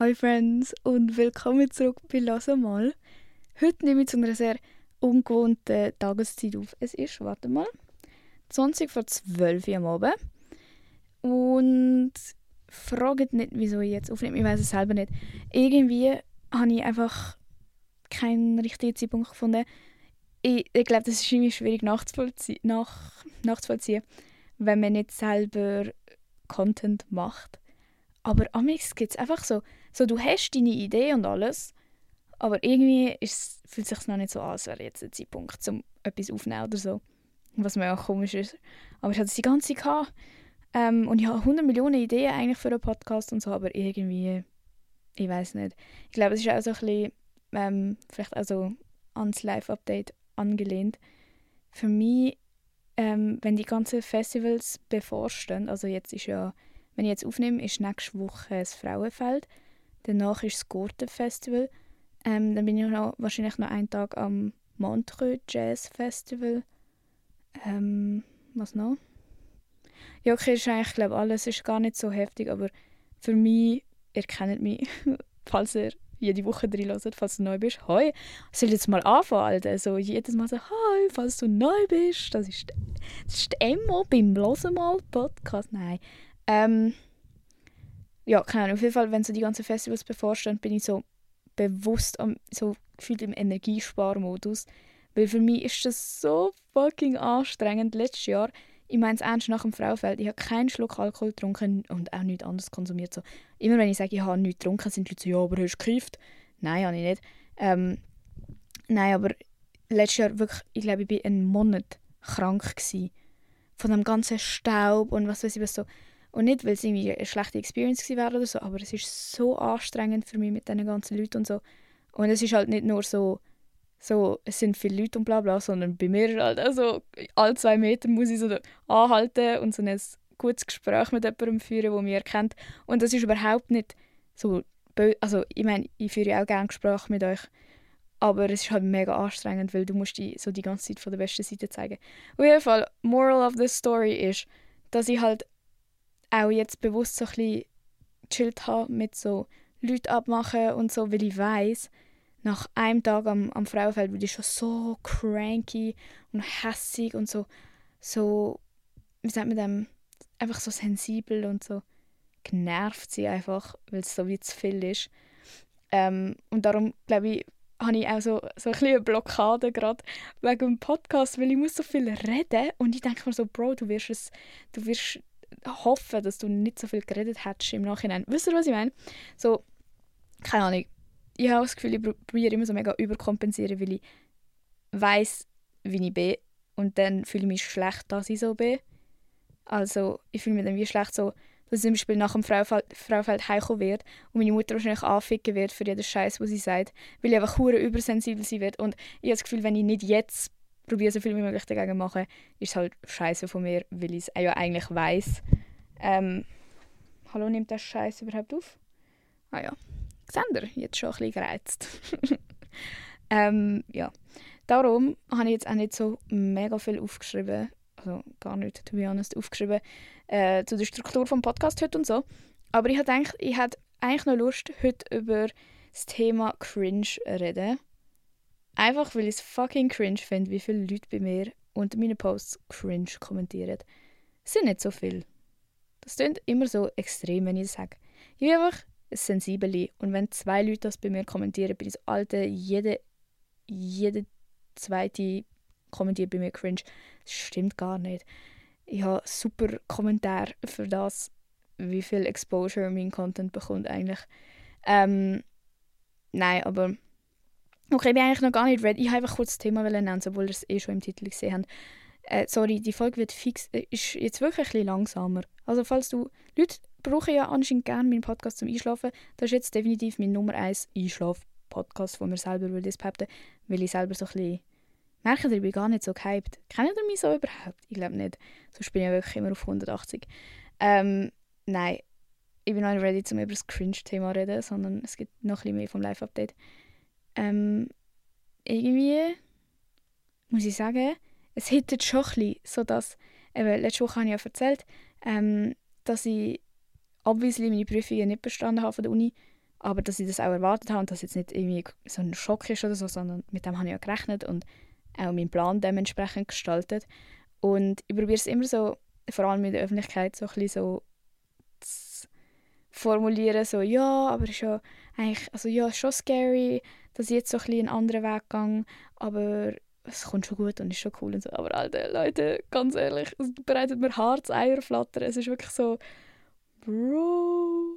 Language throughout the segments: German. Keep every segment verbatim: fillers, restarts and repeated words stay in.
Hi Friends und willkommen zurück bei «Lass mal». Heute nehme ich zu einer sehr ungewohnten Tageszeit auf. Es ist, warte mal, zwanzig vor zwölf Uhr am Abend. Und fragt nicht, wieso ich jetzt aufnehme. Ich weiß es selber nicht. Irgendwie habe ich einfach keinen richtigen Zeitpunkt gefunden. Ich, ich glaube, das ist irgendwie schwierig nachzuvollziehen, nach, nachzuvollziehen, wenn man nicht selber Content macht. Aber amigs gibt es einfach so, so, du hast deine Idee und alles, aber irgendwie ist, fühlt es sich noch nicht so an, als wäre jetzt ein Zeitpunkt, um etwas aufzunehmen oder so. Was mir auch komisch ist. Aber ich hatte es die ganze Zeit gehabt. Ähm, und ich habe hundert Millionen Ideen eigentlich für einen Podcast und so, aber irgendwie, ich weiß nicht. Ich glaube, es ist auch so ein bisschen, ähm, vielleicht auch so ans Live-Update angelehnt. Für mich, ähm, wenn die ganzen Festivals bevorstehen, also jetzt ist ja, wenn ich jetzt aufnehme, ist nächste Woche das Frauenfeld. Danach ist das Gurten-Festival. Ähm, dann bin ich noch, wahrscheinlich noch einen Tag am Montreux Jazz Festival. Ähm, was noch? Ja, okay, ist eigentlich, glaube alles ist gar nicht so heftig, aber für mich, ihr kennt mich, falls ihr jede Woche reinhört, falls du neu bist. Hoi, soll ich jetzt mal anfangen, Alter? So jedes Mal so, hi, falls du neu bist. Das ist, das ist die Emma beim «Hören mal» Podcast. Nein. Ähm, ja, keine Ahnung. Auf jeden Fall, wenn so die ganzen Festivals bevorstehen, bin ich so bewusst am, so gefühlt im Energiesparmodus. Weil für mich ist das so fucking anstrengend. Letztes Jahr, ich meine es ernst, nach dem Frauenfeld, ich habe keinen Schluck Alkohol getrunken und auch nichts anderes konsumiert. So, immer wenn ich sage, ich habe nichts getrunken, sind die Leute so, ja, aber hast du gekifft? Nein, habe ich nicht. Ähm, nein, aber letztes Jahr wirklich, ich glaube, ich war einen Monat krank gewesen. Von dem ganzen Staub und was weiß ich was so. Und nicht, weil es irgendwie eine schlechte Experience gewesen wäre oder so, aber es ist so anstrengend für mich mit diesen ganzen Leuten und so. Und es ist halt nicht nur so, so, es sind viele Leute und bla bla, sondern bei mir ist halt auch so, alle zwei Meter muss ich so anhalten und so ein gutes Gespräch mit jemandem führen, der mich erkennt. Und das ist überhaupt nicht so bö- also ich meine, ich führe ja auch gerne Gespräche mit euch, aber es ist halt mega anstrengend, weil du musst die so die ganze Zeit von der besten Seite zeigen. Auf jeden Fall, Moral of the Story ist, dass ich halt auch jetzt bewusst so ein bisschen gechillt habe mit so Leuten abmachen und so, weil ich weiss, nach einem Tag am, am Frauenfeld bin ich schon so cranky und hässig und so, so, wie sagt man dem, einfach so sensibel und so genervt sie einfach, weil es so wie zu viel ist. Ähm, und darum, glaube ich, habe ich auch so, so ein bisschen eine Blockade gerade wegen dem Podcast, weil ich muss so viel reden und ich denke mir so, Bro, du wirst es, du wirst hoffen, dass du nicht so viel geredet hättest im Nachhinein. Wisst ihr, was ich meine? So, keine Ahnung. Ich habe das Gefühl, ich probiere immer so mega überkompensieren, weil ich weiss, wie ich bin und dann fühle ich mich schlecht, dass ich so bin. Also, ich fühle mich dann wie schlecht so, dass ich zum Beispiel nach dem Frauenfeld, Frauenfeld heimkommen wird und meine Mutter wahrscheinlich anficken wird für jeden Scheiß, was sie sagt, weil ich einfach hure übersensibel sein wird. Und ich habe das Gefühl, wenn ich nicht jetzt probiere, so viel wie möglich dagegen zu machen, ist es halt scheiße von mir, weil ich es ja eigentlich weiss. Ähm, hallo, nimmt der Scheiß überhaupt auf? Ah ja, seht ihr, jetzt schon ein bisschen gereizt. ähm, ja, darum habe ich jetzt auch nicht so mega viel aufgeschrieben, also gar nicht, to be honest, aufgeschrieben, äh, zu der Struktur des Podcasts heute und so. Aber ich habe gedacht, ich hätte eigentlich noch Lust, heute über das Thema Cringe zu reden. Einfach, weil ich es fucking cringe finde, wie viele Leute bei mir unter meinen Posts cringe kommentieren. Es sind nicht so viele. Das klingt immer so extrem, wenn ich das sage. Ich bin einfach ein Sensibel. Und wenn zwei Leute das bei mir kommentieren, bin ich so, Alter, jede, jede zweite kommentiert bei mir cringe. Das stimmt gar nicht. Ich habe super Kommentar für das, wie viel Exposure mein Content bekommt eigentlich. Ähm, nein, aber okay, ich bin eigentlich noch gar nicht ready. Ich habe einfach kurz das Thema nennen, obwohl ihr es eh schon im Titel gesehen habt. Äh, sorry, die Folge wird fix, äh, ist jetzt wirklich ein bisschen langsamer. Also falls du, Leute brauchen ja anscheinend gerne meinen Podcast zum Einschlafen, das ist jetzt definitiv mein Nummer eins Einschlaf-Podcast von mir selber, würde ich behaupten, weil ich selber so ein bisschen merke, ich bin gar nicht so gehypt. Kennt ihr mich so überhaupt? Ich glaube nicht. Sonst bin ich ja wirklich immer auf hundertachtzig. Ähm, nein, ich bin noch nicht ready, um über das Cringe-Thema zu reden, sondern es gibt noch ein bisschen mehr vom Live-Update. Ähm, irgendwie muss ich sagen, es hittet schon ein bisschen, so dass, eben, letzte Woche habe ich ja erzählt, ähm, dass ich obviously meine Prüfungen nicht bestanden habe von der Uni aber dass ich das auch erwartet habe und dass jetzt nicht irgendwie so ein Schock ist oder so, sondern mit dem habe ich ja gerechnet und auch meinen Plan dementsprechend gestaltet. Und ich probiere es immer so, vor allem in der Öffentlichkeit, so ein bisschen so zu formulieren, so ja, aber es ist ja eigentlich, also ja, es ist schon scary, dass ich jetzt so ein bisschen einen anderen Weg gehe, aber es kommt schon gut und ist schon cool und so. Aber Alter, Leute, ganz ehrlich, es bereitet mir Herz, Eierflattern. Es ist wirklich so, Bro,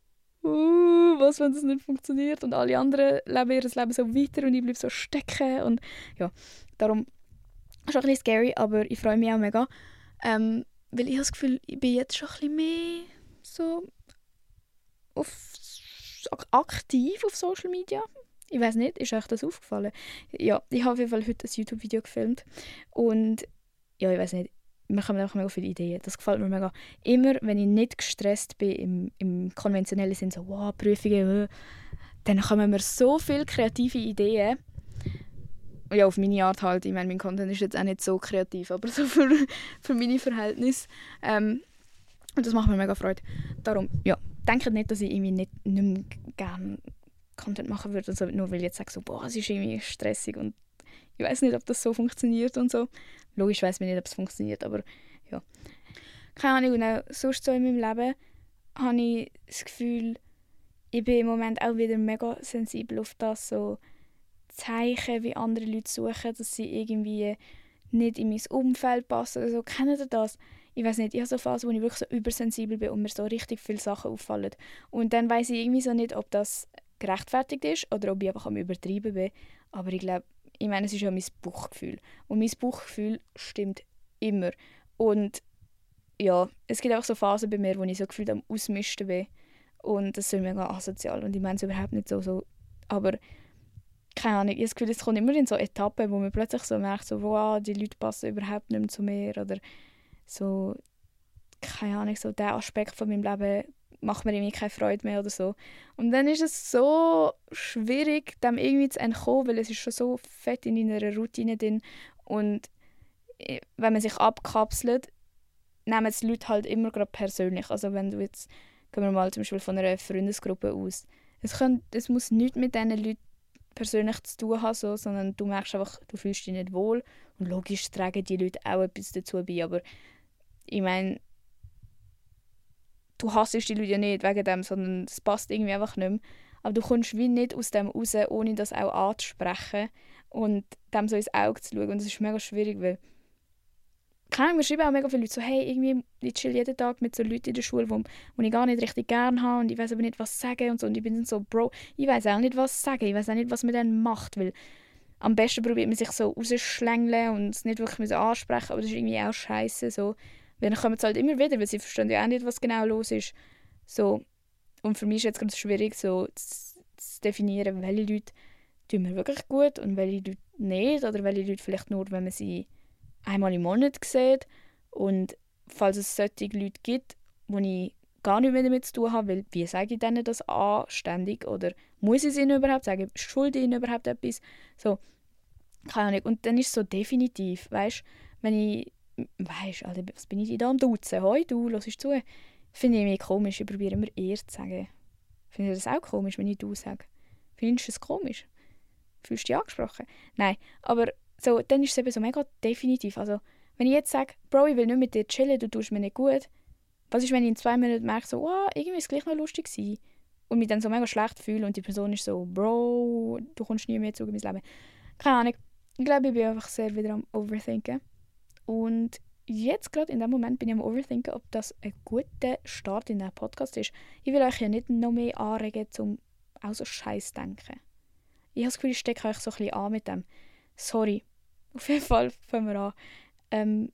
uh, was, wenn das nicht funktioniert und alle anderen leben ihr Leben so weiter und ich bleibe so stecken und ja, darum ist auch ein bisschen scary, aber ich freue mich auch mega, ähm, weil ich habe das Gefühl, ich bin jetzt schon ein bisschen mehr so auf, aktiv auf Social Media. Ich weiß nicht, ist euch das aufgefallen? Ja, ich habe auf jeden Fall heute ein YouTube-Video gefilmt und ja, ich weiß nicht, mir kommen einfach mega viele Ideen. Das gefällt mir mega. Immer, wenn ich nicht gestresst bin im, im konventionellen Sinn, so wow, Prüfungen, äh, dann kommen mir so viele kreative Ideen. Ja, auf meine Art halt. Ich meine, mein Content ist jetzt auch nicht so kreativ, aber so für, für meine Verhältnisse. Ähm, und das macht mir mega Freude. Darum, ja, denkt nicht, dass ich irgendwie nicht, nicht mehr gerne Content machen würde, also nur weil ich jetzt sage, so, boah, es ist irgendwie stressig und ich weiß nicht, ob das so funktioniert und so. Logisch weiss man nicht, ob es funktioniert, aber ja. Keine Ahnung, und auch sonst so in meinem Leben habe ich das Gefühl, ich bin im Moment auch wieder mega sensibel auf das, so Zeichen, wie andere Leute suchen, dass sie irgendwie nicht in mein Umfeld passen oder so. Kennt ihr das? Ich weiß nicht, ich habe so Phasen, wo ich wirklich so übersensibel bin und mir so richtig viele Sachen auffallen. Und dann weiss ich irgendwie so nicht, ob das gerechtfertigt ist oder ob ich einfach am Übertreiben bin. Aber ich glaube, ich meine, es ist ja mein Bauchgefühl. Und mein Bauchgefühl stimmt immer. Und ja, es gibt auch so Phasen bei mir, wo ich so gefühlt am Ausmisten bin. Und das ist mega asozial. Und ich meine es überhaupt nicht so. so. Aber keine Ahnung, ich habe das Gefühl, es kommt immer in so Etappen, wo man plötzlich so merkt, so, wow, die Leute passen überhaupt nicht mehr zu mir. Oder so, keine Ahnung, so der Aspekt von meinem Leben macht mir irgendwie keine Freude mehr oder so. Und dann ist es so schwierig, dem irgendwie zu entkommen, weil es ist schon so fett in einer Routine drin. Und wenn man sich abkapselt, nehmen es die Leute halt immer gerade persönlich. Also wenn du jetzt, gehen wir mal zum Beispiel von einer Freundesgruppe aus, es, kann, es muss nichts mit diesen Leuten persönlich zu tun haben, so, sondern du merkst einfach, du fühlst dich nicht wohl. Und logisch tragen die Leute auch etwas dazu bei, aber ich meine, du hasst die Leute ja nicht wegen dem, sondern es passt irgendwie einfach nicht mehr. Aber du kommst wie nicht aus dem raus, ohne das auch anzusprechen und dem so ins Auge zu schauen. Und das ist mega schwierig, weil keine Ahnung, mir schreiben auch mega viele Leute so, hey, irgendwie, ich chill jeden Tag mit so Leuten in der Schule, die wo ich gar nicht richtig gerne habe und ich weiß aber nicht, was sagen und so. Und ich bin dann so, Bro, ich weiß auch nicht, was sagen, ich weiß auch nicht, was man dann macht, weil am besten probiert man sich so rauszuschlängeln und es nicht wirklich ansprechen, aber das ist irgendwie auch scheiße, so. Weil dann kommen sie halt immer wieder, weil sie verstehen ja auch nicht, was genau los ist. So. Und für mich ist jetzt ganz schwierig, so zu, zu definieren, welche Leute tun mir wirklich gut und welche Leute nicht. Oder welche Leute vielleicht nur, wenn man sie einmal im Monat sieht. Und falls es solche Leute gibt, die ich gar nicht mehr damit zu tun habe, weil wie sage ich denen das anständig? Oder muss ich es ihnen überhaupt sagen? Schulde ich ihnen überhaupt etwas? So, keine Ahnung. Und dann ist es so definitiv, weißt du, wenn ich Weisst du, was bin ich da am Duzen? Hoi, du, hörst zu? Finde ich irgendwie komisch. Ich probiere immer «ihr» zu sagen. Findest du das auch komisch, wenn ich «du» sage? Findest du es komisch? Fühlst du dich angesprochen? Nein, aber so, dann ist es eben so mega definitiv. Also, wenn ich jetzt sage, Bro, ich will nicht mit dir chillen, du tust mir nicht gut. Was ist, wenn ich in zwei Minuten merke, so, oh, irgendwie war es gleich noch lustig gewesen. Und mich dann so mega schlecht fühle und die Person ist so, Bro, du kommst nie mehr zurück in mein Leben. Keine Ahnung. Ich glaube, ich bin einfach sehr wieder am Overthinken. Und jetzt gerade in dem Moment bin ich am Overthinken, ob das ein guter Start in den Podcast ist. Ich will euch ja nicht noch mehr anregen, um auch so Scheiß zu denken. Ich habe das Gefühl, ich stecke euch so ein bisschen an mit dem. Sorry. Auf jeden Fall fangen wir an. Ähm,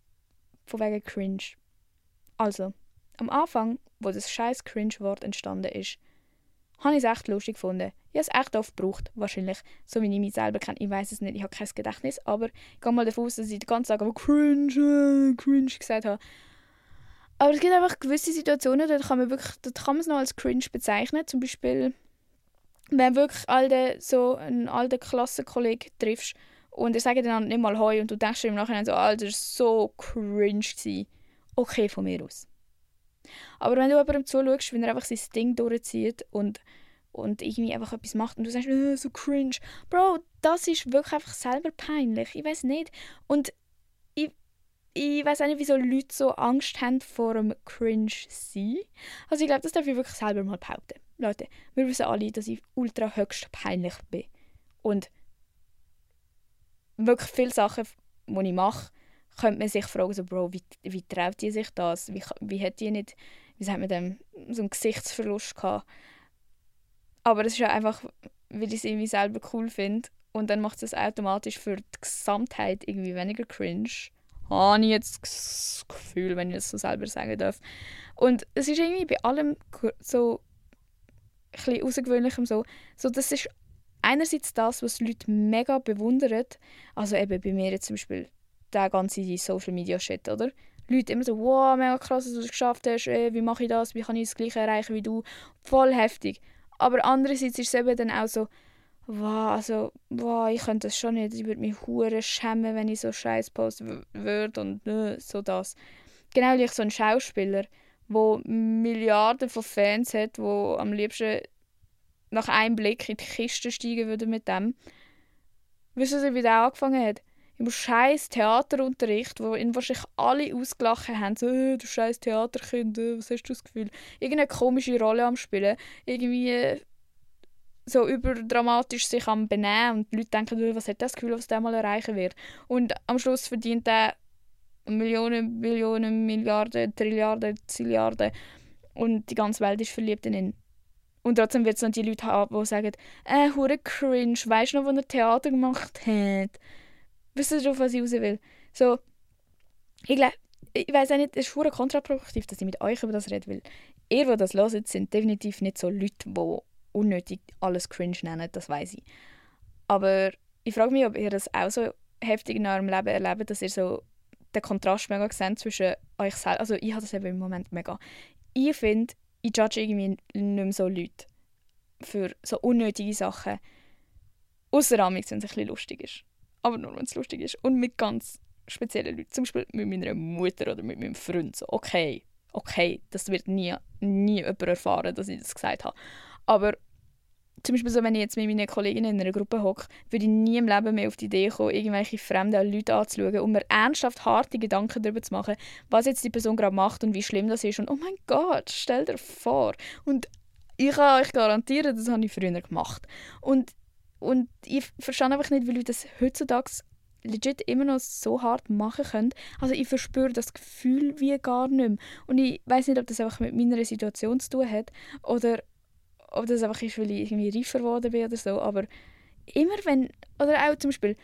von wegen Cringe. Also, am Anfang, wo das scheiß Cringe-Wort entstanden ist, habe ich es echt lustig gefunden. Ich habe es echt oft gebraucht, wahrscheinlich, so wie ich mich selber kenne. Ich weiß es nicht, ich habe kein Gedächtnis, aber ich gehe mal davon aus, dass ich den ganzen Tag cringe, cringe gesagt habe. Aber es gibt einfach gewisse Situationen, da kann man wirklich, da kann man es noch als cringe bezeichnen. Zum Beispiel, wenn du wirklich alte, so einen alten Klassenkollegen triffst und er sagt dann nicht mal «Hoi» und du denkst dir im Nachhinein so «Alter, das war so cringe gewesen». Okay, von mir aus. Aber wenn du jemandem zuschaust, wenn er einfach sein Ding durchzieht und und irgendwie einfach etwas macht und du sagst, äh, so cringe. Bro, das ist wirklich einfach selber peinlich. Ich weiß nicht. Und ich, ich weiß auch nicht, wieso Leute so Angst haben vor einem Cringe sein. Also ich glaube, das darf ich wirklich selber mal behaupten. Leute, wir wissen alle, dass ich ultra höchst peinlich bin. Und wirklich viele Sachen, die ich mache, könnte man sich fragen, so, Bro, wie, wie traut die sich das? Wie, wie hat die nicht, wie sagt man dem, so einen Gesichtsverlust gehabt? Aber es ist ja einfach, weil ich es irgendwie selber cool finde. Und dann macht es automatisch für die Gesamtheit irgendwie weniger cringe. Habe ich jetzt das Gefühl, wenn ich das so selber sagen darf. Und es ist irgendwie bei allem so ein bisschen Außergewöhnlichem so. so. Das ist einerseits das, was Leute mega bewundern. Also eben bei mir jetzt zum Beispiel der ganze Social Media Shit, oder? Leute immer so, wow, mega krass, dass du es geschafft hast, ey, wie mache ich das, wie kann ich das Gleiche erreichen wie du. Voll heftig. Aber andererseits ist es eben dann auch so, wow, also, wow, ich könnte das schon nicht, ich würde mich hure schämen, wenn ich so Scheiß posten würde und äh, so das. Genau wie so ein Schauspieler, der Milliarden von Fans hat, der am liebsten nach einem Blick in die Kiste steigen würde mit dem. Wissen Sie, wie der angefangen hat? Im scheiß Theaterunterricht, wo ihn wahrscheinlich alle ausgelacht haben, so, äh, du scheiß Theaterkind, äh, was hast du das Gefühl? Irgendeine komische Rolle am Spielen, irgendwie äh, so überdramatisch sich am Benehmen und die Leute denken, äh, was hat das Gefühl, was der mal erreichen wird? Und am Schluss verdient er Millionen, Billionen, Milliarden, Trilliarden, Zilliarden und die ganze Welt ist verliebt in ihn. Und trotzdem wird es noch die Leute haben, die sagen, äh, hure cringe, weisst du noch, wo er Theater gemacht hat? Wisst ihr, auf was ich raus will? So, ich glaube, ich weiss auch nicht, es ist hure kontraproduktiv, dass ich mit euch über das rede, weil ihr, die das hört, sind definitiv nicht so Leute, die unnötig alles cringe nennen, das weiss ich. Aber ich frage mich, ob ihr das auch so heftig in eurem Leben erlebt, dass ihr so den Kontrast mega seht zwischen euch selbst. Also ich habe das eben im Moment mega. Ich finde, ich judge irgendwie nicht mehr so Leute für so unnötige Sachen. Ausser amix, wenn es ein bisschen lustig ist. Aber nur, wenn es lustig ist. Und mit ganz speziellen Leuten. Zum Beispiel mit meiner Mutter oder mit meinem Freund. So, okay, okay, das wird nie, nie jemand erfahren, dass ich das gesagt habe. Aber zum Beispiel so, wenn ich jetzt mit meinen Kolleginnen in einer Gruppe hocke, würde ich nie im Leben mehr auf die Idee kommen, irgendwelche fremden Leute anzuschauen und mir ernsthaft harte Gedanken darüber zu machen, was jetzt die Person gerade macht und wie schlimm das ist. Und oh mein Gott, stell dir vor. Und ich kann euch garantieren, das habe ich früher gemacht. Und, und ich verstehe einfach nicht, wie Leute das heutzutage legit immer noch so hart machen können. Also ich verspüre das Gefühl wie gar nicht mehr. Und ich weiss nicht, ob das einfach mit meiner Situation zu tun hat oder ob das einfach ist, weil ich irgendwie reifer geworden bin oder so, aber immer wenn, oder auch zum Beispiel,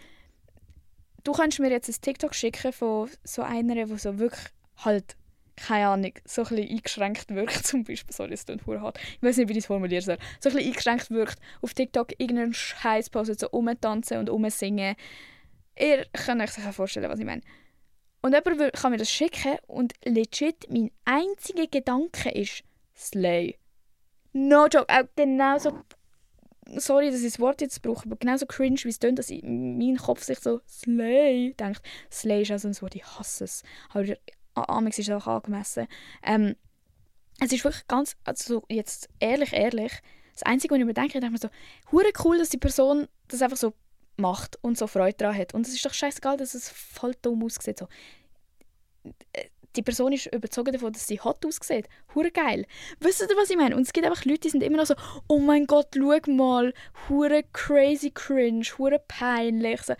du kannst mir jetzt ein TikTok schicken von so einer, der so wirklich halt, keine Ahnung, so ein bisschen eingeschränkt wirkt, zum Beispiel, sorry, das klingt verdammt hart, ich weiß nicht, wie ich das formulieren soll, so ein bisschen eingeschränkt wirkt, auf TikTok irgendeinen Scheiß postet, so rumtanzen und rumsingen. Ihr könnt euch sicher vorstellen, was ich meine. Und jemand kann mir das schicken und legit mein einziger Gedanke ist Slay. No joke, auch genauso, sorry, dass ich das Wort jetzt brauche, aber genauso cringe, wie es tönt, dass in meinem Kopf sich so Slay denkt. Slay ist also ein Wort, ich hasse es. Aber amigs ist es auch angemessen. Ähm, es ist wirklich ganz, also jetzt ehrlich, ehrlich, das Einzige, was ich mir denke, ich denke mir so, hure cool, dass die Person das einfach so macht und so Freude daran hat. Und es ist doch scheißegal, dass es voll dumm aussieht. So. Die Person ist überzeugt davon, dass sie hot aussieht. Hure geil. Wisst ihr, was ich meine? Und es gibt einfach Leute, die sind immer noch so, oh mein Gott, schau mal, hure crazy cringe, hure peinlich. So.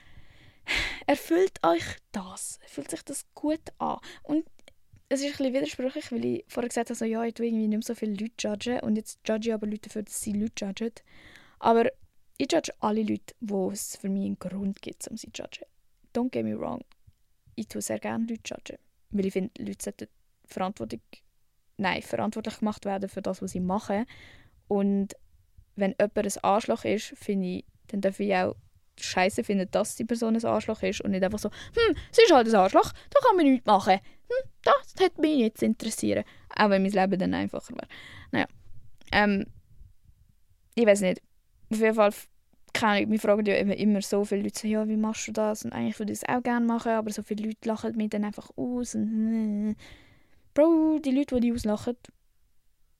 Erfüllt euch das? Fühlt sich das gut an? Und es ist ein bisschen widersprüchlich, weil ich vorher gesagt habe, so, ja, ich tue irgendwie nicht mehr so viele Leute judgen und jetzt judge ich aber Leute dafür, dass sie Leute judgen. Aber ich judge alle Leute, wo es für mich einen Grund gibt, um sie zu judgen. Don't get me wrong. Ich tue sehr gerne Leute judgen. Weil ich finde, Leute sollten verantwortlich, nein, verantwortlich gemacht werden für das, was sie machen. Und wenn jemand ein Arschloch ist, finde ich, dann darf ich auch Scheiße finden, dass die Person ein Arschloch ist und nicht einfach so, hm, sie ist halt ein Arschloch, da kann man nichts machen. Hm, das hätte mich jetzt interessieren. Auch wenn mein Leben dann einfacher wäre. Naja, ähm, ich weiß nicht. Auf jeden Fall, keine Ahnung, wir fragen ja immer, immer so viele Leute, so, ja, wie machst du das? Und eigentlich würde ich es auch gerne machen, aber so viele Leute lachen mich dann einfach aus. Und, äh. Bro, die Leute, die dich auslachen,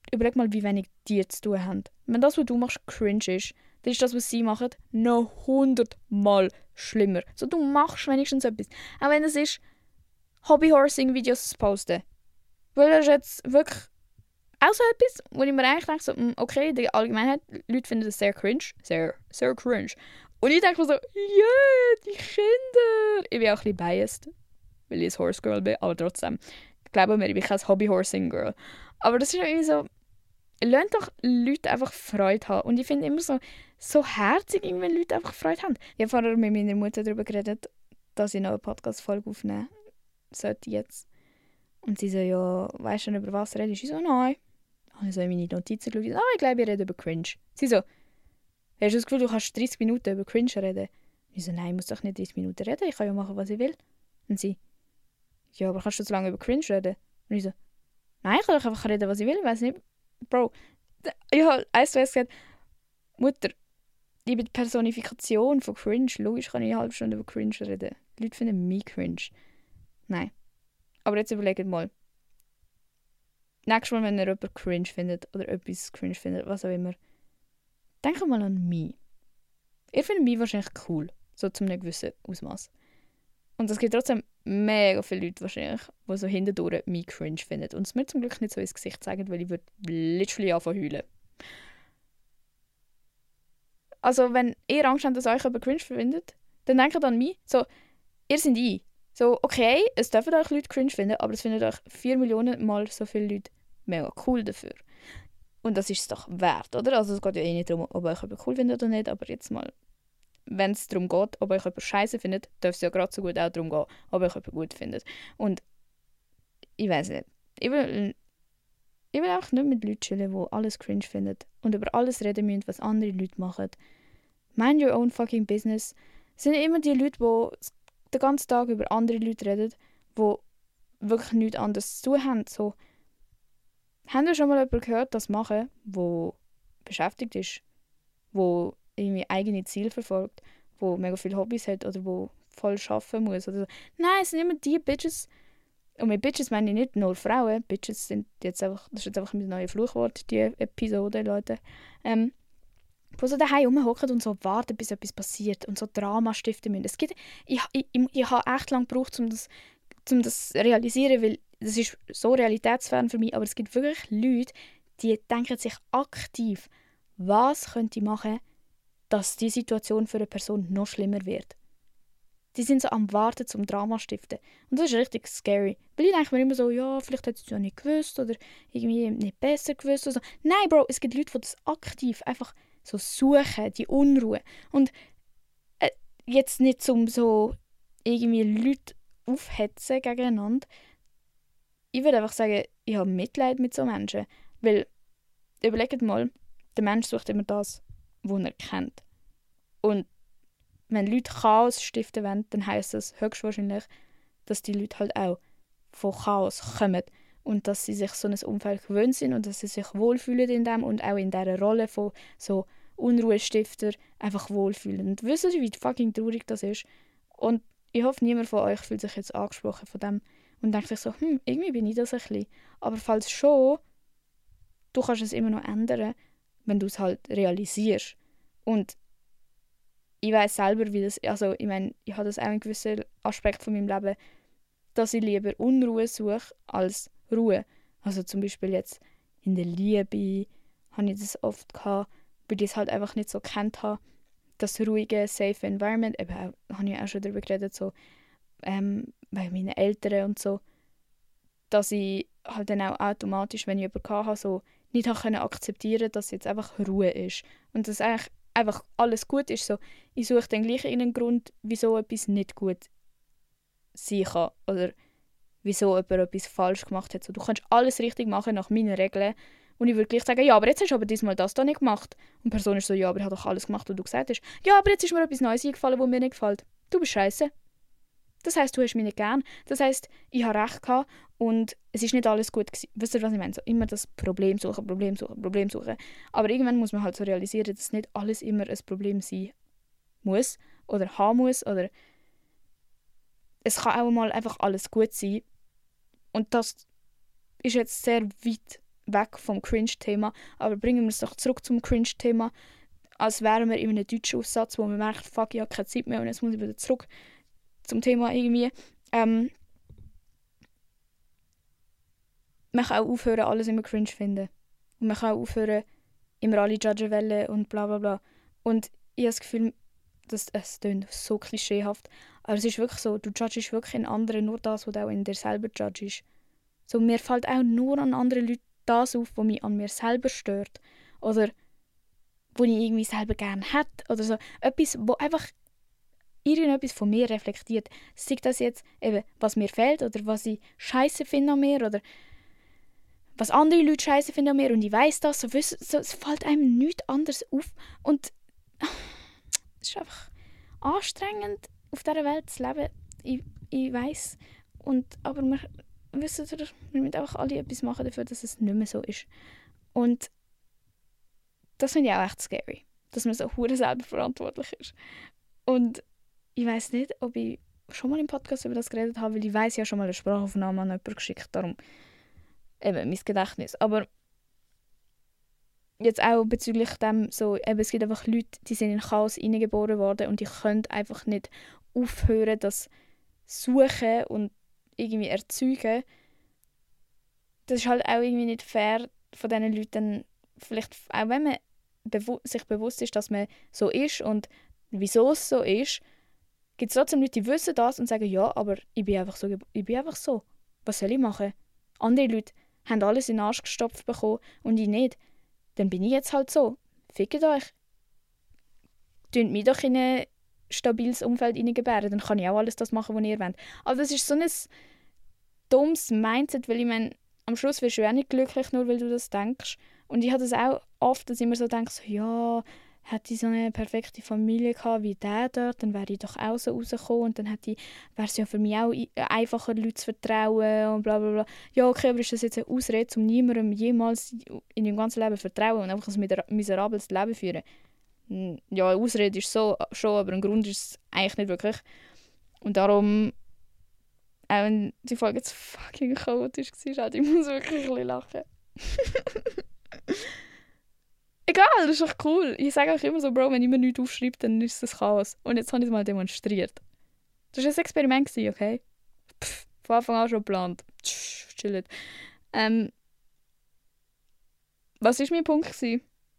überleg mal, wie wenig die zu tun haben. Wenn das, was du machst, cringe ist, dann ist das, was sie machen, noch hundertmal schlimmer. So, du machst wenigstens etwas. Auch wenn es ist, Hobbyhorsing-Videos zu posten. Weil das ist jetzt wirklich auch so etwas, wo ich mir eigentlich denke, so, okay, in der Allgemeinheit, Leute finden das sehr cringe. Sehr, sehr cringe. Und ich denke mir so, ja, yeah, die Kinder. Ich bin auch ein bisschen biased, weil ich ein Horse Girl bin, aber trotzdem. Ich glaube mir, ich bin kein Hobby-Horsing-Girl. Aber das ist irgendwie so, lasst doch Leute einfach Freude haben. Und ich finde immer so, so herzig, wenn Leute einfach Freude haben. Ich habe vorher mit meiner Mutter darüber geredet, dass ich noch eine Podcast-Folge aufnehmen sollte jetzt. Und sie so, ja, weißt du schon, über was redest? Ich so, nein. Und ich so in meine Notizen geschaut, ah, ich glaube, ich rede über Cringe. Sie so, hast du das Gefühl, du kannst dreißig Minuten über Cringe reden? Ich so, nein, ich muss doch nicht dreißig Minuten reden, ich kann ja machen, was ich will. Und sie, ja, aber kannst du so lange über Cringe reden? Und ich so, nein, ich kann doch einfach reden, was ich will, ich weiss nicht. Bro, ich habe eins zu eins gesagt, Mutter, ich bin die Personifikation von Cringe. Logisch kann ich eine halbe Stunde über Cringe reden. Die Leute finden mich cringe. Nein. Aber jetzt überlegt mal. Nächstes Mal, wenn ihr jemanden cringe findet oder etwas cringe findet, was auch immer, denkt mal an mich. Ihr findet mich wahrscheinlich cool. So zu einem gewissen Ausmaß. Und es gibt trotzdem mega viele Leute wahrscheinlich, die so hintendurch mich cringe finden. Und es mir zum Glück nicht so ins Gesicht zeigen, weil ich würde literally anfangen heulen. Also wenn ihr Angst habt, dass euch jemand cringe findet, dann denkt an mich. So, ihr seid ich. So, okay, es dürfen euch Leute cringe finden, aber es finden euch vier Millionen Mal so viele Leute mega cool dafür. Und das ist es doch wert, oder? Also es geht ja eh nicht darum, ob euch jemand cool findet oder nicht, aber jetzt mal, wenn es darum geht, ob euch jemand scheiße findet, darf es ja gerade so gut auch darum gehen, ob euch jemand gut findet. Und ich weiß nicht. Ich will, ich will einfach nicht mit Leuten chillen, die alles cringe finden und über alles reden müssen, was andere Leute machen. Mind your own fucking business. Es sind immer die Leute, die den ganzen Tag über andere Leute reden, die wirklich nichts anderes zu tun haben. So, haben wir schon mal jemanden gehört, das machen, der beschäftigt ist, der irgendwie eigene Ziele verfolgt, der mega viele Hobbys hat oder der voll arbeiten muss? Oder so. Nein, es sind immer die Bitches. Und mit Bitches meine ich nicht nur Frauen. Bitches sind jetzt einfach, das ist jetzt einfach mein neues Fluchwort, die Episode, Leute. Ähm, die so daheim rumhocken und so warten, bis etwas passiert und so Drama stiften müssen. Es gibt, ich, ich, ich, ich habe echt lange gebraucht, um das, um das zu realisieren, weil das ist so realitätsfern für mich, aber es gibt wirklich Leute, die denken sich aktiv, was könnte ich machen, dass die Situation für eine Person noch schlimmer wird. Die sind so am Warten zum Drama stiften. Und das ist richtig scary. Weil ich denke mir immer so, ja, vielleicht hat sie es ja nicht gewusst oder irgendwie nicht besser gewusst. Oder so. Nein, Bro, es gibt Leute, die das aktiv einfach so suchen, die Unruhe. Und äh, jetzt nicht zum so irgendwie Leute aufhetzen gegeneinander. Ich würde einfach sagen, ich habe Mitleid mit so Menschen. Weil, überlegt mal, der Mensch sucht immer das, was er kennt. Und wenn Leute Chaos stiften wollen, dann heisst das höchstwahrscheinlich, dass die Leute halt auch von Chaos kommen. Und dass sie sich so ein Umfeld gewöhnt sind und dass sie sich wohlfühlen in dem und auch in dieser Rolle von so Unruhestifter einfach wohlfühlen. Und wisst ihr, wie fucking traurig das ist? Und ich hoffe, niemand von euch fühlt sich jetzt angesprochen von dem und denkt sich so, hm, irgendwie bin ich das ein bisschen. Aber falls schon, du kannst es immer noch ändern, wenn du es halt realisierst. Und ich weiß selber, wie das, also ich meine, ich habe das auch in gewissen Aspekt von meinem Leben, dass ich lieber Unruhe suche als Ruhe. Also zum Beispiel jetzt in der Liebe habe ich das oft gehabt, weil ich es halt einfach nicht so gekannt habe, das ruhige, safe Environment, eben auch, habe ich auch schon darüber geredet, so ähm, bei meinen Eltern und so, dass ich halt dann auch automatisch, wenn ich jemanden hatte, so nicht habe akzeptieren können, dass jetzt einfach Ruhe ist. Und dass eigentlich einfach alles gut ist. So, ich suche dann gleich einen Grund, wieso etwas nicht gut sein kann. Oder wieso jemand etwas falsch gemacht hat. So, du kannst alles richtig machen nach meinen Regeln. Und ich würde gleich sagen, ja, aber jetzt hast du aber diesmal das da nicht gemacht. Und die Person ist so, ja, aber ich habe doch alles gemacht, was du gesagt hast. Ja, aber jetzt ist mir etwas Neues eingefallen, was mir nicht gefällt. Du bist scheiße. Das heisst, du hast mich nicht gern. Das heisst, ich habe recht gehabt und es ist nicht alles gut gewesen. Wisst ihr, was ich meine? So, immer das Problem suchen, Problem suchen, Problem suchen. Aber irgendwann muss man halt so realisieren, dass nicht alles immer ein Problem sein muss oder haben muss. Oder es kann auch mal einfach alles gut sein. Und das ist jetzt sehr weit weg vom Cringe-Thema, aber bringen wir es doch zurück zum Cringe-Thema, als wären wir in einem deutschen Aussatz, wo man merkt, fuck, ich habe keine Zeit mehr und jetzt muss ich wieder zurück zum Thema irgendwie. Ähm, man kann auch aufhören, alles immer cringe zu finden. Und man kann auch aufhören, immer alle judgen wollen und bla bla bla. Und ich habe das Gefühl, dass, es klingt so klischeehaft, aber es ist wirklich so, du judgest wirklich in anderen nur das, was du auch in dir selber judgest. So, mir fällt auch nur an anderen Leuten das auf, was mich an mir selber stört. Oder was ich irgendwie selber gerne hätte. Oder so etwas, wo einfach irgendetwas von mir reflektiert. Sei das jetzt eben, was mir fehlt oder was ich scheiße finde an mir oder was andere Leute scheiße finden an mir und ich weiss das. So, so, es fällt einem nichts anderes auf. Und es ist einfach anstrengend, auf dieser Welt zu leben. Ich, ich weiss. Und, aber wir wissen, wir müssen einfach alle etwas machen dafür, dass es nicht mehr so ist. Und das finde ich auch echt scary. Dass man so hure selber verantwortlich ist. Und ich weiss nicht, ob ich schon mal im Podcast über das geredet habe, weil ich weiss, ich habe schon mal eine Sprachaufnahme an jemanden geschickt. Darum eben mein Gedächtnis. Aber jetzt auch bezüglich dem, so, eben, es gibt einfach Leute, die sind in Chaos hineingeboren worden und die können einfach nicht aufhören, das suchen und irgendwie erzeugen. Das ist halt auch irgendwie nicht fair von diesen Leuten, vielleicht auch wenn man bewu- sich bewusst ist, dass man so ist und wieso es so ist, gibt es trotzdem Leute, die wissen das und sagen, ja, aber ich bin einfach so, ich bin einfach so. Was soll ich machen? Andere Leute haben alles in den Arsch gestopft bekommen und ich nicht. Dann bin ich jetzt halt so. Fickt euch. Tönt mich doch in ein stabiles Umfeld hineingebären, dann kann ich auch alles das machen, was ihr wollt. Aber das ist so ein dummes Mindset, weil ich meine, am Schluss wirst du ja auch nicht glücklich, nur weil du das denkst. Und ich habe das auch oft, dass ich immer so denke, so, ja, hätte ich so eine perfekte Familie gehabt wie der dort, dann wäre ich doch auch so rausgekommen und dann hätte ich, wäre es ja für mich auch einfacher, Leute zu vertrauen und bla bla bla. Ja, okay, aber ist das jetzt eine Ausrede, um niemandem jemals in ihrem ganzen Leben zu vertrauen und einfach ein miserables Leben führen? Ja, eine Ausrede ist so schon, aber ein Grund ist es eigentlich nicht wirklich. Und darum, auch wenn die Folge jetzt fucking chaotisch war, halt, ich muss wirklich ein bisschen lachen. Egal, das ist doch cool. Ich sage auch immer so, Bro, wenn ich mir nichts aufschreibe, dann ist das Chaos. Und jetzt habe ich es mal demonstriert. Das war ein Experiment, okay? Pff, von Anfang an schon geplant. Chillt. Ähm, was war mein Punkt? Gewesen?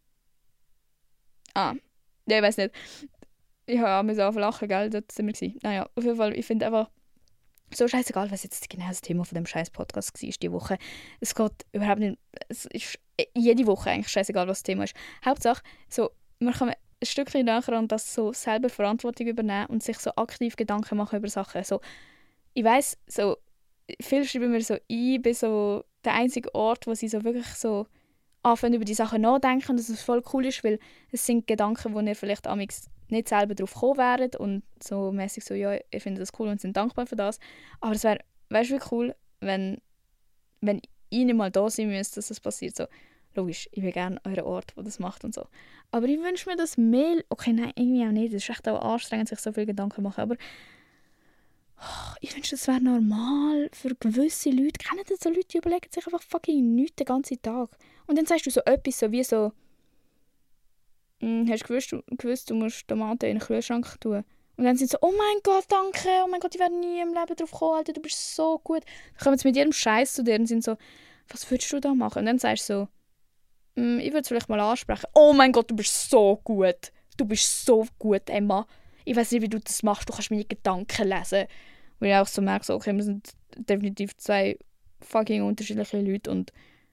Ah, ja, ich weiß nicht. Ich habe mich auf lachen, gell? Das sind wir gewesen. Naja, auf jeden Fall, ich finde einfach, so scheißegal, was jetzt genau das Thema von dem scheiß Podcast war diese Woche. Es geht überhaupt nicht, es ist jede Woche eigentlich scheißegal, was das Thema ist. Hauptsache, so, man kann ein Stückchen näher an das so selber Verantwortung übernehmen und sich so aktiv Gedanken machen über Sachen. So, ich weiss, so, viele schreiben mir so ein, bei so der einzige Ort, wo sie so wirklich so anfangen über die Sachen nachdenken und dass es voll cool ist, weil es sind Gedanken, wo ihr vielleicht amigs nicht selber drauf gekommen wären und so mäßig so, ja, ihr findet das cool und sind dankbar für das. Aber es wäre, weißt du, wie cool, wenn, wenn ich nicht mal da sein müsste, dass das passiert. So, logisch, ich will gerne euren Ort, wo das macht und so. Aber ich wünsche mir das mehr, okay, nein, irgendwie auch nicht, es ist echt auch anstrengend, sich so viele Gedanken zu machen, aber oh, ich wünsche, das wäre normal für gewisse Leute. Kennen das so Leute, die überlegen sich einfach fucking nichts den ganzen Tag. Und dann sagst du so etwas, so wie so, hast du gewusst, du, gewusst, du musst Tomaten in den Kühlschrank tun? Und dann sind sie so, oh mein Gott, danke, oh mein Gott, ich werde nie im Leben drauf kommen, Alter, du bist so gut. Dann kommen sie mit jedem Scheiß zu dir und sind so, was würdest du da machen? Und dann sagst du so, mm, ich würde es vielleicht mal ansprechen. Oh mein Gott, du bist so gut. Du bist so gut, Emma. Ich weiß nicht, wie du das machst, du kannst meine Gedanken lesen. Weil ich auch so merke, so, okay, wir sind definitiv zwei fucking unterschiedliche Leute und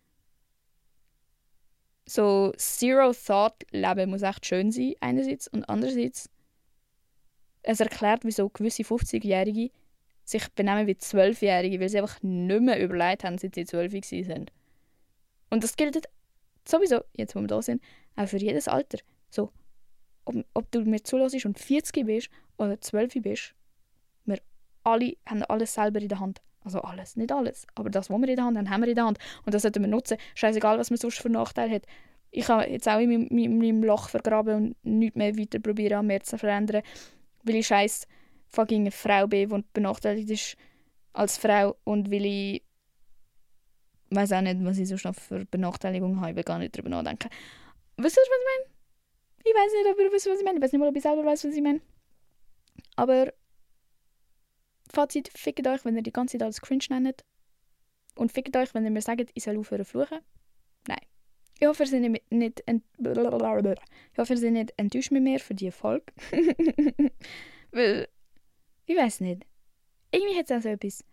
so Zero-Thought-Leben muss echt schön sein, einerseits. Und andererseits, es erklärt, wieso gewisse fünfzigjährige sich benehmen wie zwölfjährige, weil sie einfach nicht mehr überlegt haben, seit sie zwölf waren. Und das gilt sowieso, jetzt wo wir da sind, auch für jedes Alter. So, ob, ob du mir zuhörst und vierzig bist oder zwölf bist, wir alle haben alles selber in der Hand. Also alles, nicht alles. Aber das, was wir in der Hand haben, haben wir in der Hand. Und das sollten wir nutzen. Scheißegal, was man sonst für Nachteile hat. Ich kann jetzt auch in meinem, in meinem Loch vergraben und nichts mehr weiter probieren, an mir zu verändern. Weil ich scheiß fucking eine Frau bin, die benachteiligt ist als Frau. Und weil ich weiß auch nicht, was ich sonst noch für Benachteiligungen habe. Ich will gar nicht darüber nachdenken. Weißt du, was ich meine? Ich weiß nicht, ob ihr wisst, was ich meine. Ich weiß nicht mal, ob ich selber weiß, was ich meine. Aber Fazit, fickt euch, wenn ihr die ganze Zeit alles cringe nennt. Und fickt euch, wenn ihr mir sagt, ich soll aufhören zu fluchen. Nein. Ich hoffe, ihr seid nicht, nicht, ent ich hoffe, ihr seid nicht enttäuscht mit mir für diese Folge. Weil, ich weiß nicht. Irgendwie hat es auch so etwas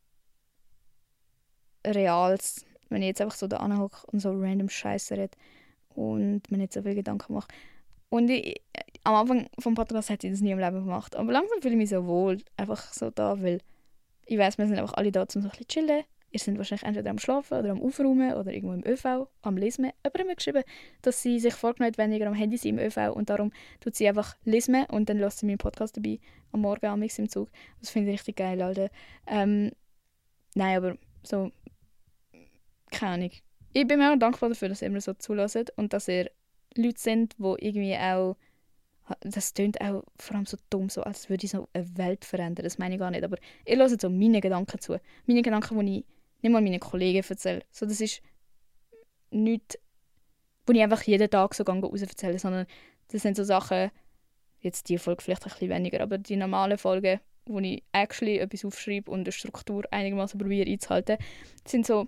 Reales, wenn ich jetzt einfach so da anhocke und so random Scheiße rede und mir nicht so viel Gedanken mache. Und ich, am Anfang vom Podcast hätte ich das nie im Leben gemacht. Aber langsam fühle ich mich so wohl, einfach so da, weil ich weiss, wir sind einfach alle da, um so ein bisschen zu chillen. Ihr seid wahrscheinlich entweder am Schlafen oder am Aufräumen oder irgendwo im ÖV, am Lesen. Jemand hat mir geschrieben, dass sie sich vorgenommen hat, weniger am Handy sein im ÖV und darum tut sie einfach lesen und dann lässt sie meinen Podcast dabei am Morgen am im Zug. Das finde ich richtig geil, Alter. Ähm, nein, aber so, keine Ahnung. Ich bin mir auch dankbar dafür, dass ihr mir so zulässt und dass ihr Leute sind, die irgendwie auch, das klingt auch vor allem so dumm, so als würde ich so eine Welt verändern, das meine ich gar nicht, aber ihr hört so meine Gedanken zu. Meine Gedanken, die ich nicht mal meinen Kollegen erzähle. So, das ist nichts, wo ich einfach jeden Tag so raus erzähle, sondern das sind so Sachen, jetzt die Folge vielleicht ein bisschen weniger, aber die normalen Folgen, wo ich actually etwas aufschreibe und eine Struktur einigermaßen probiere einzuhalten, sind so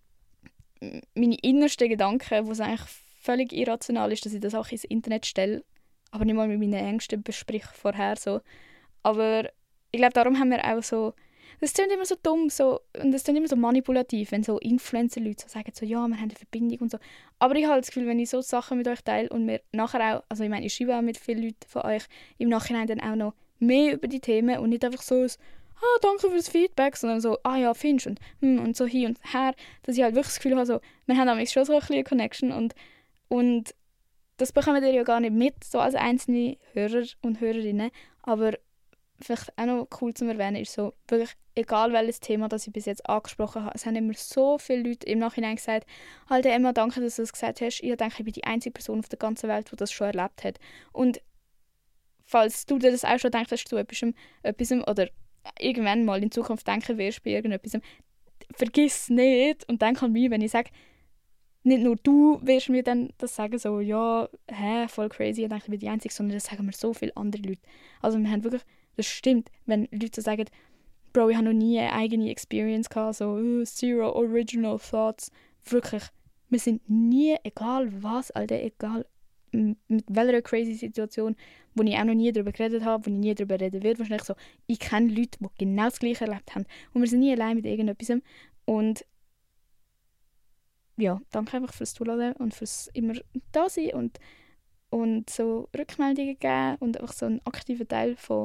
meine innersten Gedanken, wo es eigentlich völlig irrational ist, dass ich das auch ins Internet stelle, aber nicht mal mit meinen Ängsten bespreche vorher so. Aber ich glaube, darum haben wir auch so, das klingt immer so dumm so, und das klingt immer so manipulativ, wenn so Influencer-Leute so sagen, so, ja, wir haben eine Verbindung und so. Aber ich habe das Gefühl, wenn ich so Sachen mit euch teile und mir nachher auch, also ich meine, ich schreibe auch mit vielen Leuten von euch, im Nachhinein dann auch noch mehr über die Themen und nicht einfach so ein, ah, danke fürs Feedback, sondern so, ah ja, findest und, hm, und so hin und her, dass ich halt wirklich das Gefühl habe, so, wir haben nämlich schon so ein bisschen eine Connection und, und das bekommen ihr ja gar nicht mit, so als einzelne Hörer und Hörerinnen, aber vielleicht auch noch cool zu erwähnen ist so, wirklich, egal welches Thema das ich bis jetzt angesprochen habe, es haben immer so viele Leute im Nachhinein gesagt, Alter Emma, danke, dass du das gesagt hast, ich denke, ich bin die einzige Person auf der ganzen Welt, die das schon erlebt hat. Und falls du dir das auch schon denkst, dass du etwas, etwas oder irgendwann mal in Zukunft denken wirst bei irgendetwas, vergiss nicht und denk an mich, wenn ich sage, nicht nur du wirst mir dann das sagen, so, ja, hä, voll crazy, ich denke, ich bin die Einzige, sondern das sagen mir so viele andere Leute. Also wir haben wirklich, das stimmt, wenn Leute so sagen, Bro, ich habe noch nie eine eigene Experience gehabt, so, uh, zero original thoughts. Wirklich, wir sind nie, egal was, Alter, egal mit welcher crazy Situation, wo ich auch noch nie darüber geredet habe, wo ich nie darüber reden werde, wahrscheinlich so, ich kenne Leute, die genau das Gleiche erlebt haben und wir sind nie allein mit irgendetwas. Und ja, danke einfach fürs Zuhören und fürs immer da sein und, und so Rückmeldungen geben und einfach so ein aktiver Teil von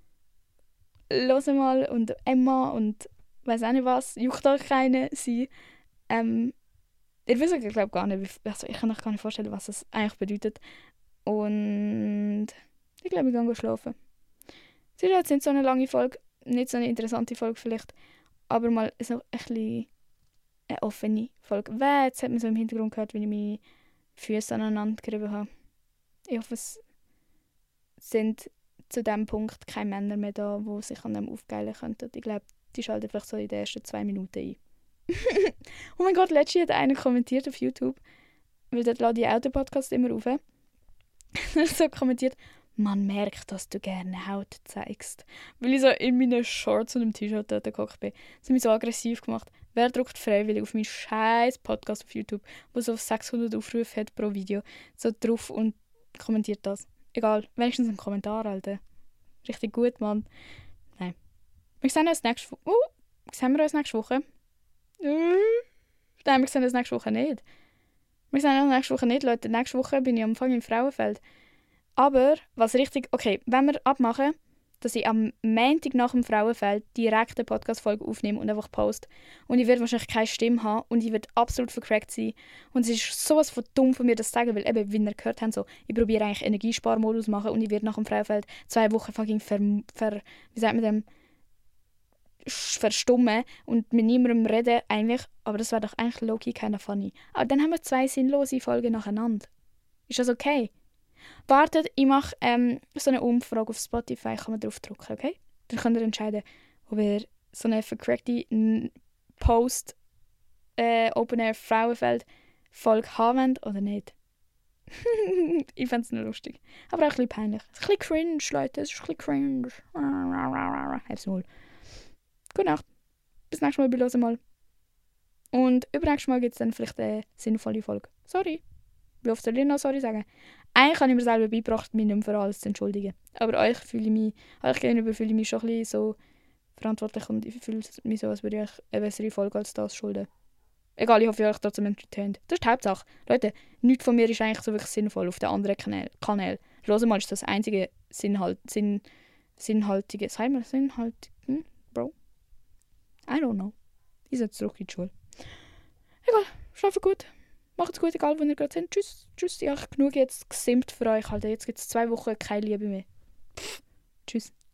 «Hör mal» und «Emma» und weiss auch nicht was, «Juckt euch keine» sein. Ähm, ich weiß ich glaube gar nicht, wie, also ich kann euch gar nicht vorstellen, was das eigentlich bedeutet. Und ich glaube, ich gehe schlafen. Es ist jetzt nicht so eine lange Folge, nicht so eine interessante Folge vielleicht, aber mal so ein bisschen eine offene Folge. Wer, jetzt hat man so im Hintergrund gehört, wie ich meine Füße aneinander gerieben habe. Ich hoffe, es sind zu diesem Punkt keine Männer mehr da, die sich an dem aufgeilen könnten. Ich glaube, die schalten vielleicht so in den ersten zwei Minuten ein. Oh mein Gott, letztens hat einer kommentiert auf YouTube, weil dort lade ich auch den Podcast immer auf. Er hat so kommentiert, man merkt, dass du gerne Haut zeigst. Weil ich so in meinen Shorts und im T-Shirt dort gehockt bin. Das hat mich so aggressiv gemacht. Wer drückt freiwillig auf meinen scheiß Podcast auf YouTube, der so sechshundert Aufrufe hat pro Video, so drauf und kommentiert das? Egal, wenigstens ein Kommentar, Alter. Richtig gut, Mann. Nein. Wir sehen uns nächste Woche. Uh, sehen wir uns nächste Woche? Uh, nein, wir sehen uns nächste Woche nicht. Wir sehen uns nächste Woche nicht, Leute. Nächste Woche bin ich am Anfang im Frauenfeld. Aber, was richtig... Okay, wenn wir abmachen, dass ich am Montag nach dem Frauenfeld direkt eine Podcast-Folge aufnehme und einfach poste. Und ich werde wahrscheinlich keine Stimme haben und ich werde absolut vercrackt sein. Und es ist sowas von dumm von mir, das zu sagen, weil eben, wie ihr gehört habt, so, ich probiere eigentlich Energiesparmodus machen und ich werde nach dem Frauenfeld zwei Wochen fucking ver... ver wie sagt man dem? verstummen und mit niemandem reden eigentlich. Aber das wäre doch eigentlich low-key keine funny. Aber dann haben wir zwei sinnlose Folgen nacheinander. Ist das okay? Wartet, ich mache ähm, so eine Umfrage auf Spotify, kann man drauf drücken, okay? Dann könnt ihr entscheiden, ob ihr so eine vercrackte Post äh, Open Air Frauenfeld Folge haben wollt oder nicht. Ich fände es nur lustig. Aber auch ein bisschen peinlich. Es ist ein bisschen cringe, Leute. Es ist ein bisschen cringe. Hab's wohl. Gute Nacht. Bis nächstes Mal bei «Hören mal». Und übernächstes Mal gibt es dann vielleicht eine sinnvolle Folge. Sorry. Wie oft soll ich noch sorry sagen? Eigentlich habe ich mir selber beigebracht, mich nicht mehr für alles zu entschuldigen. Aber euch, fühle ich mich, euch gegenüber fühle ich mich schon ein bisschen so verantwortlich und ich fühle mich so, als würde ich euch eine bessere Folge als das schulden. Egal, ich hoffe, ihr euch trotzdem entertained. Das ist die Hauptsache. Leute, nichts von mir ist eigentlich so wirklich sinnvoll auf den anderen Kanälen. Kanäl. «Hören mal» ist das einzige Sinnhalt, Sinn, sinnhaltige... Sagen wir sinnhaltig? Hm? Bro? I don't know. Ich sollte zurück in die Schule. Egal, schlafen gut. Macht's gut, egal wo ihr gerade seid. Tschüss. Tschüss, ich habe genug jetzt gesimmt für euch. Alter. Jetzt gibt es zwei Wochen keine Liebe mehr. Pff. Tschüss.